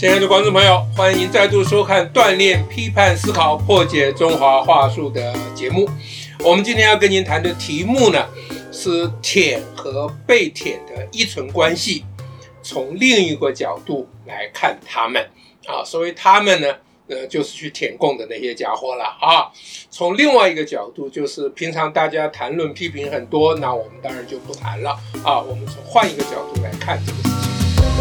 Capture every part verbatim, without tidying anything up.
亲爱的观众朋友，欢迎再度收看锻炼批判思考、破解中华话术的节目。我们今天要跟您谈的题目呢，是舔和被舔的依存关系，从另一个角度来看他们啊。所谓他们呢，呃，就是去舔共的那些家伙了啊。从另外一个角度，就是平常大家谈论批评很多，那我们当然就不谈了啊。我们从换一个角度来看这个事情。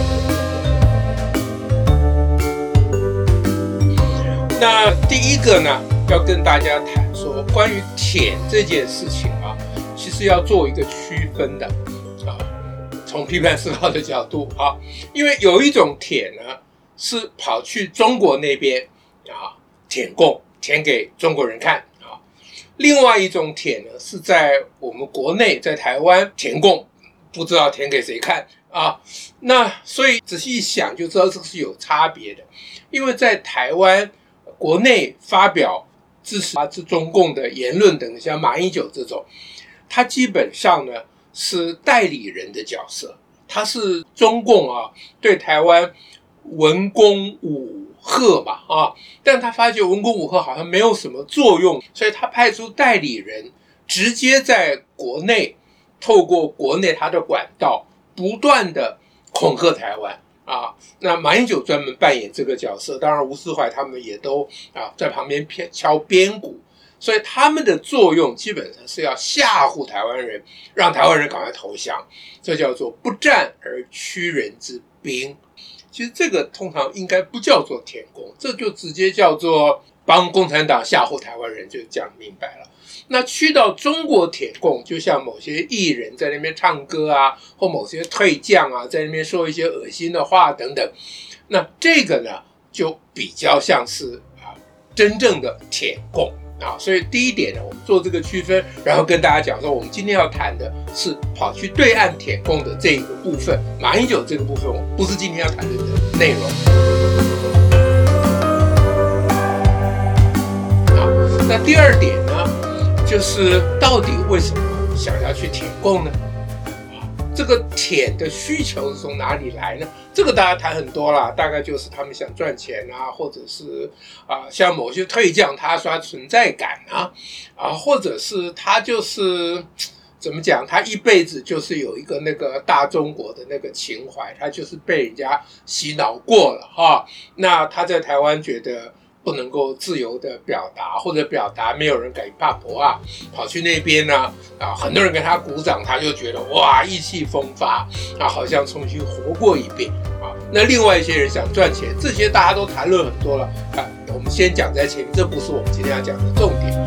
那第一个呢，要跟大家谈说，关于舔这件事情啊，其实要做一个区分的啊。从批判思考的角度啊，因为有一种舔呢，是跑去中国那边啊舔共，舔给中国人看啊；另外一种舔呢，是在我们国内，在台湾舔共，不知道舔给谁看啊。那所以仔细一想就知道这是有差别的，因为在台湾国内发表支持啊支中共的言论等，像马英九这种，他基本上呢是代理人的角色，他是中共啊对台湾文攻武吓嘛啊，但他发觉文攻武吓好像没有什么作用，所以他派出代理人，直接在国内透过国内他的管道，不断的恐吓台湾。啊，那马英九专门扮演这个角色，当然吴思怀他们也都啊在旁边敲边鼓，所以他们的作用基本上是要吓唬台湾人，让台湾人赶快投降，这叫做不战而屈人之兵。其实这个通常应该不叫做舔共，这就直接叫做帮共产党吓唬台湾人，就这样明白了。那去到中国舔共，就像某些艺人在那边唱歌啊，或某些退将啊，在那边说一些恶心的话等等，那这个呢，就比较像是啊真正的舔共啊。所以第一点呢，我们做这个区分，然后跟大家讲说，我们今天要谈的是跑去对岸舔共的这个部分，马英九这个部分，不是今天要谈论的内容。好，那第二点呢？就是到底为什么想要去舔共呢？这个舔的需求是从哪里来呢？这个大家谈很多啦，大概就是他们想赚钱啊，或者是啊、呃，像某些退将他刷存在感啊，啊，或者是他就是怎么讲，他一辈子就是有一个那个大中国的那个情怀，他就是被人家洗脑过了哈。那他在台湾觉得不能够自由的表达，或者表达没有人敢怕婆啊，跑去那边呢啊，很多人跟他鼓掌，他就觉得哇意气风发啊，好像重新活过一遍啊。那另外一些人想赚钱，这些大家都谈论很多了啊，我们先讲在前面，这不是我们今天要讲的重点。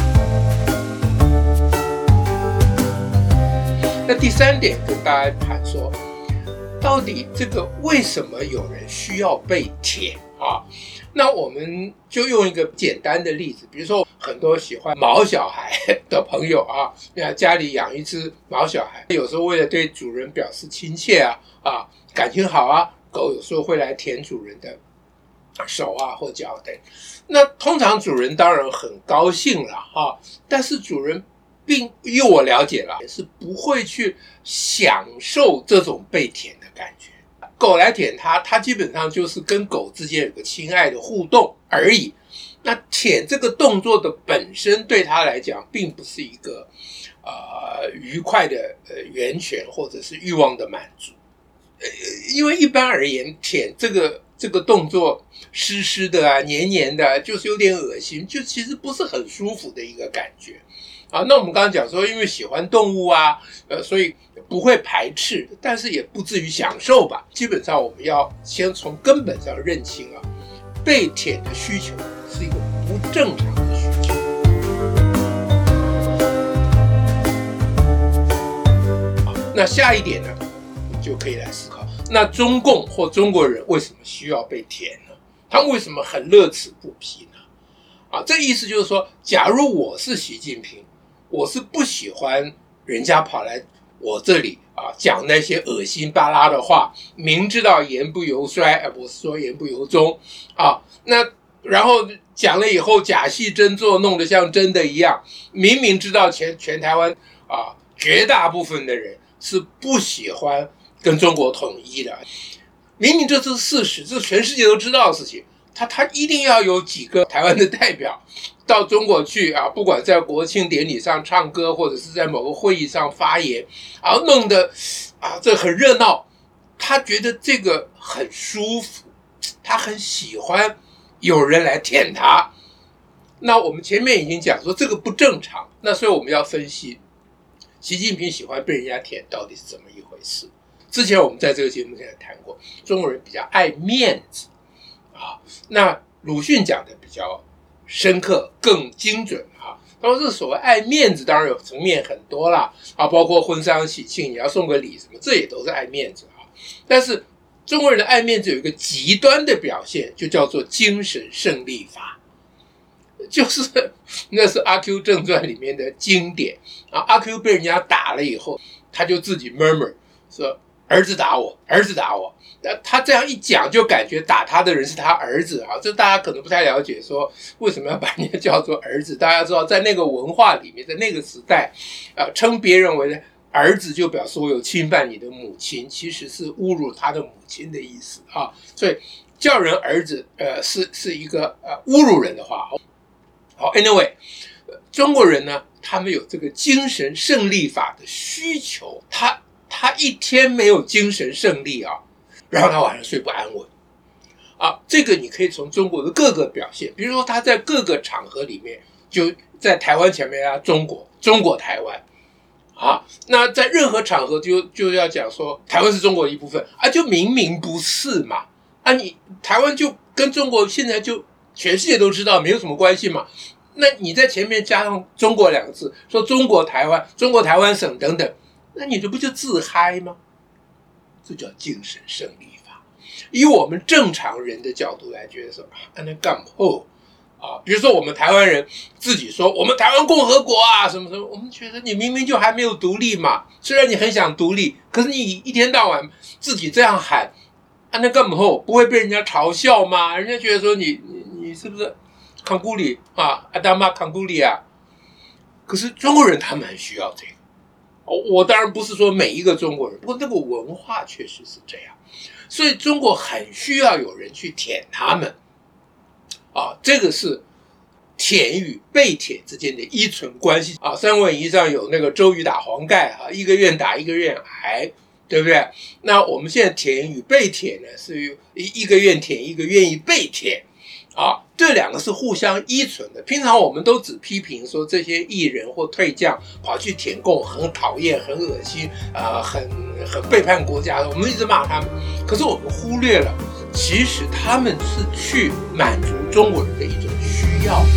那第三点跟大家谈说，到底这个为什么有人需要被舔啊？那我们就用一个简单的例子，比如说很多喜欢毛小孩的朋友啊，家里养一只毛小孩，有时候为了对主人表示亲切啊，啊感情好啊，狗有时候会来舔主人的手啊或脚等。那通常主人当然很高兴了哈，但是主人并依我了解了，也是不会去享受这种被舔的感觉。狗来舔它，它基本上就是跟狗之间有个亲爱的互动而已。那舔这个动作的本身对它来讲，并不是一个呃愉快的呃源泉或者是欲望的满足。呃，因为一般而言，舔这个这个动作湿湿的啊、黏黏的，就是有点恶心，就其实不是很舒服的一个感觉。啊，那我们刚刚讲说，因为喜欢动物啊，呃，所以不会排斥，但是也不至于享受吧。基本上我们要先从根本上认清啊，被舔的需求是一个不正常的需求。好，那下一点呢，我们就可以来思考，那中共或中国人为什么需要被舔呢？他为什么很乐此不疲呢？啊，这意思就是说，假如我是习近平，我是不喜欢人家跑来我这里啊讲那些恶心巴拉的话，明知道言不由衰，而不是说言不由衷啊。那然后讲了以后假戏真做，弄得像真的一样，明明知道全全台湾啊绝大部分的人是不喜欢跟中国统一的。 明明这是事实，这是全世界都知道的事情，他他一定要有几个台湾的代表到中国去啊，不管在国庆典礼上唱歌，或者是在某个会议上发言，然后弄得啊这很热闹，他觉得这个很舒服，他很喜欢有人来舔他。那我们前面已经讲说这个不正常，那所以我们要分析习近平喜欢被人家舔到底是怎么一回事。之前我们在这个节目上也谈过，中国人比较爱面子啊，那鲁迅讲的比较深刻更精准啊。他说这所谓爱面子当然有层面很多啦啊，包括婚丧喜庆也要送个礼什么，这也都是爱面子啊。但是中国人的爱面子有一个极端的表现，就叫做精神胜利法，就是那是阿 Q 正传里面的经典啊。阿 Q 被人家打了以后，他就自己 murmur 说儿子打我，儿子打我。他这样一讲，就感觉打他的人是他儿子啊。这大家可能不太了解，说为什么要把人家叫做儿子？大家知道，在那个文化里面，在那个时代，呃，称别人为儿子，就表示我有侵犯你的母亲，其实是侮辱他的母亲的意思啊。所以叫人儿子，呃，是是一个呃侮辱人的话。好 ，anyway， 中国人呢，他们有这个精神胜利法的需求，他他一天没有精神胜利啊，然后他晚上睡不安稳啊。这个你可以从中国的各个表现，比如说他在各个场合里面，就在台湾前面啊，中国，中国台湾啊，那在任何场合就就要讲说台湾是中国的一部分啊，就明明不是嘛啊，你台湾就跟中国现在就全世界都知道没有什么关系嘛。那你在前面加上中国两个字，说中国台湾、中国台湾省等等，那你这不就自嗨吗？这叫精神胜利法。以我们正常人的角度来觉得说啊，那干后啊，比如说我们台湾人自己说我们台湾共和国啊什么什么，我们觉得你明明就还没有独立嘛，虽然你很想独立，可是你一天到晚自己这样喊啊，那干后不会被人家嘲笑吗？人家觉得说你你你是不是康古里啊，阿达玛康古里啊？可是中国人他们很需要这个。我当然不是说每一个中国人，不过这个文化确实是这样，所以中国很需要有人去舔他们啊，这个是舔与被舔之间的依存关系啊。三文鱼上有那个周瑜打黄盖啊，一个愿打一个愿挨，对不对？那我们现在舔与被舔呢，是一个愿舔一个愿意被舔啊，这两个是互相依存的。平常我们都只批评说这些艺人或退将跑去舔共很讨厌、很恶心，呃，很很背叛国家，我们一直骂他们。可是我们忽略了，其实他们是去满足中国人的一种需要。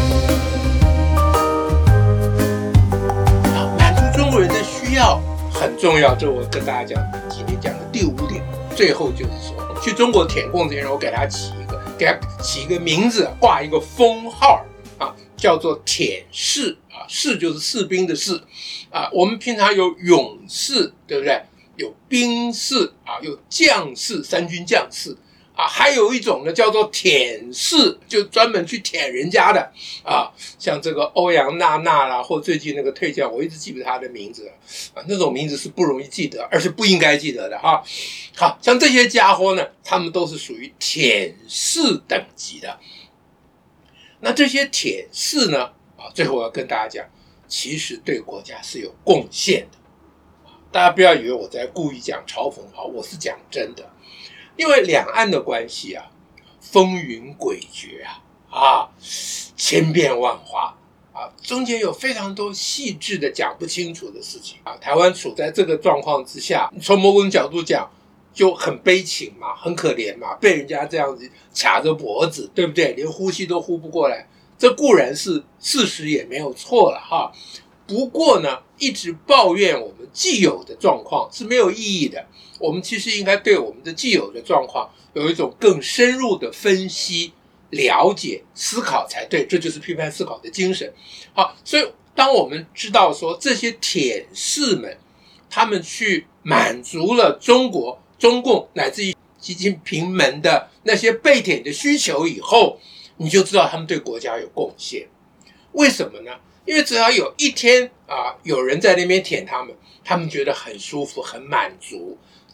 啊，满足中国人的需要很重要。这我跟大家讲，今天讲的第五点，最后就是说，去中国舔共这些人，我给他起一个。给他起一个名字，挂一个封号啊，叫做舔士啊，士就是士兵的士啊。我们平常有勇士，对不对？有兵士啊，有将士，三军将士啊，还有一种呢叫做舔士，就专门去舔人家的啊，像这个欧阳娜娜啦，或最近那个退将，我一直记不得他的名字啊，那种名字是不容易记得，而且不应该记得的哈。好像这些家伙呢，他们都是属于舔士等级的。那这些舔士呢，啊，最后我要跟大家讲，其实对国家是有贡献的。大家不要以为我在故意讲嘲讽，好，我是讲真的。因为两岸的关系啊，风云诡谲啊，啊，千变万化啊，中间有非常多细致的讲不清楚的事情啊。台湾处在这个状况之下，从某种角度讲，就很悲情嘛，很可怜嘛，被人家这样子卡着脖子，对不对？连呼吸都呼不过来，这固然是事实，也没有错了哈。不过呢，一直抱怨我们既有的状况是没有意义的。我们其实应该对我们的既有的状况有一种更深入的分析、了解、思考才对，这就是批判思考的精神。好，所以当我们知道说这些舔士们，他们去满足了中国、中共乃至于习近平们的那些被舔的需求以后，你就知道他们对国家有贡献。为什么呢？因为只要有一天啊，有人在那边舔他们，他们觉得很舒服、很满足。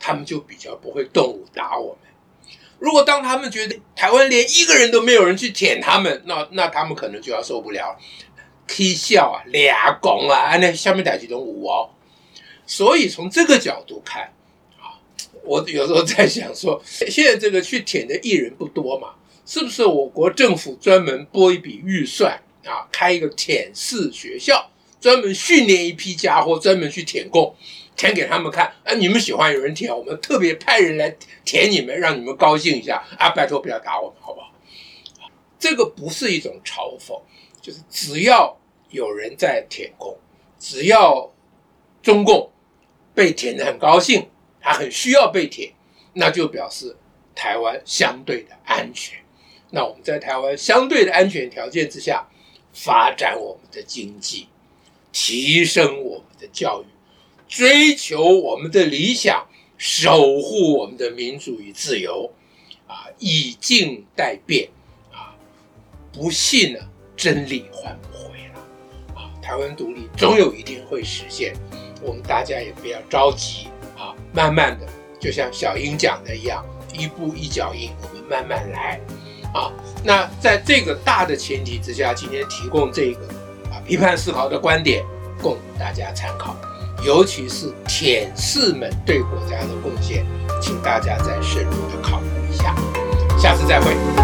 他们就比较不会动武打我们。如果当他们觉得台湾连一个人都没有人去舔他们，那那他们可能就要受不了了，起笑啊，俩拱啊，那下面代志都有哦。所以从这个角度看啊，我有时候在想说，现在这个去舔的艺人不多嘛，是不是我国政府专门拨一笔预算啊，开一个舔式学校，专门训练一批家伙，专门去舔共，舔给他们看啊！你们喜欢有人舔，我们特别派人来舔你们，让你们高兴一下啊！拜托不要打我们，好不好？这个不是一种嘲讽，就是只要有人在舔共，只要中共被舔得很高兴，他很需要被舔，那就表示台湾相对的安全。那我们在台湾相对的安全条件之下，发展我们的经济，提升我们的教育，追求我们的理想，守护我们的民主与自由，啊，以静待变，啊，不信呢，真理换不回了，啊，台湾独立终有一天会实现，我们大家也不要着急，啊，慢慢的，就像小英讲的一样，一步一脚印，我们慢慢来，啊，那在这个大的前提之下，今天提供这个啊批判思考的观点，供大家参考。尤其是舔士们对国家的贡献，请大家再深入的考虑一下。下次再会。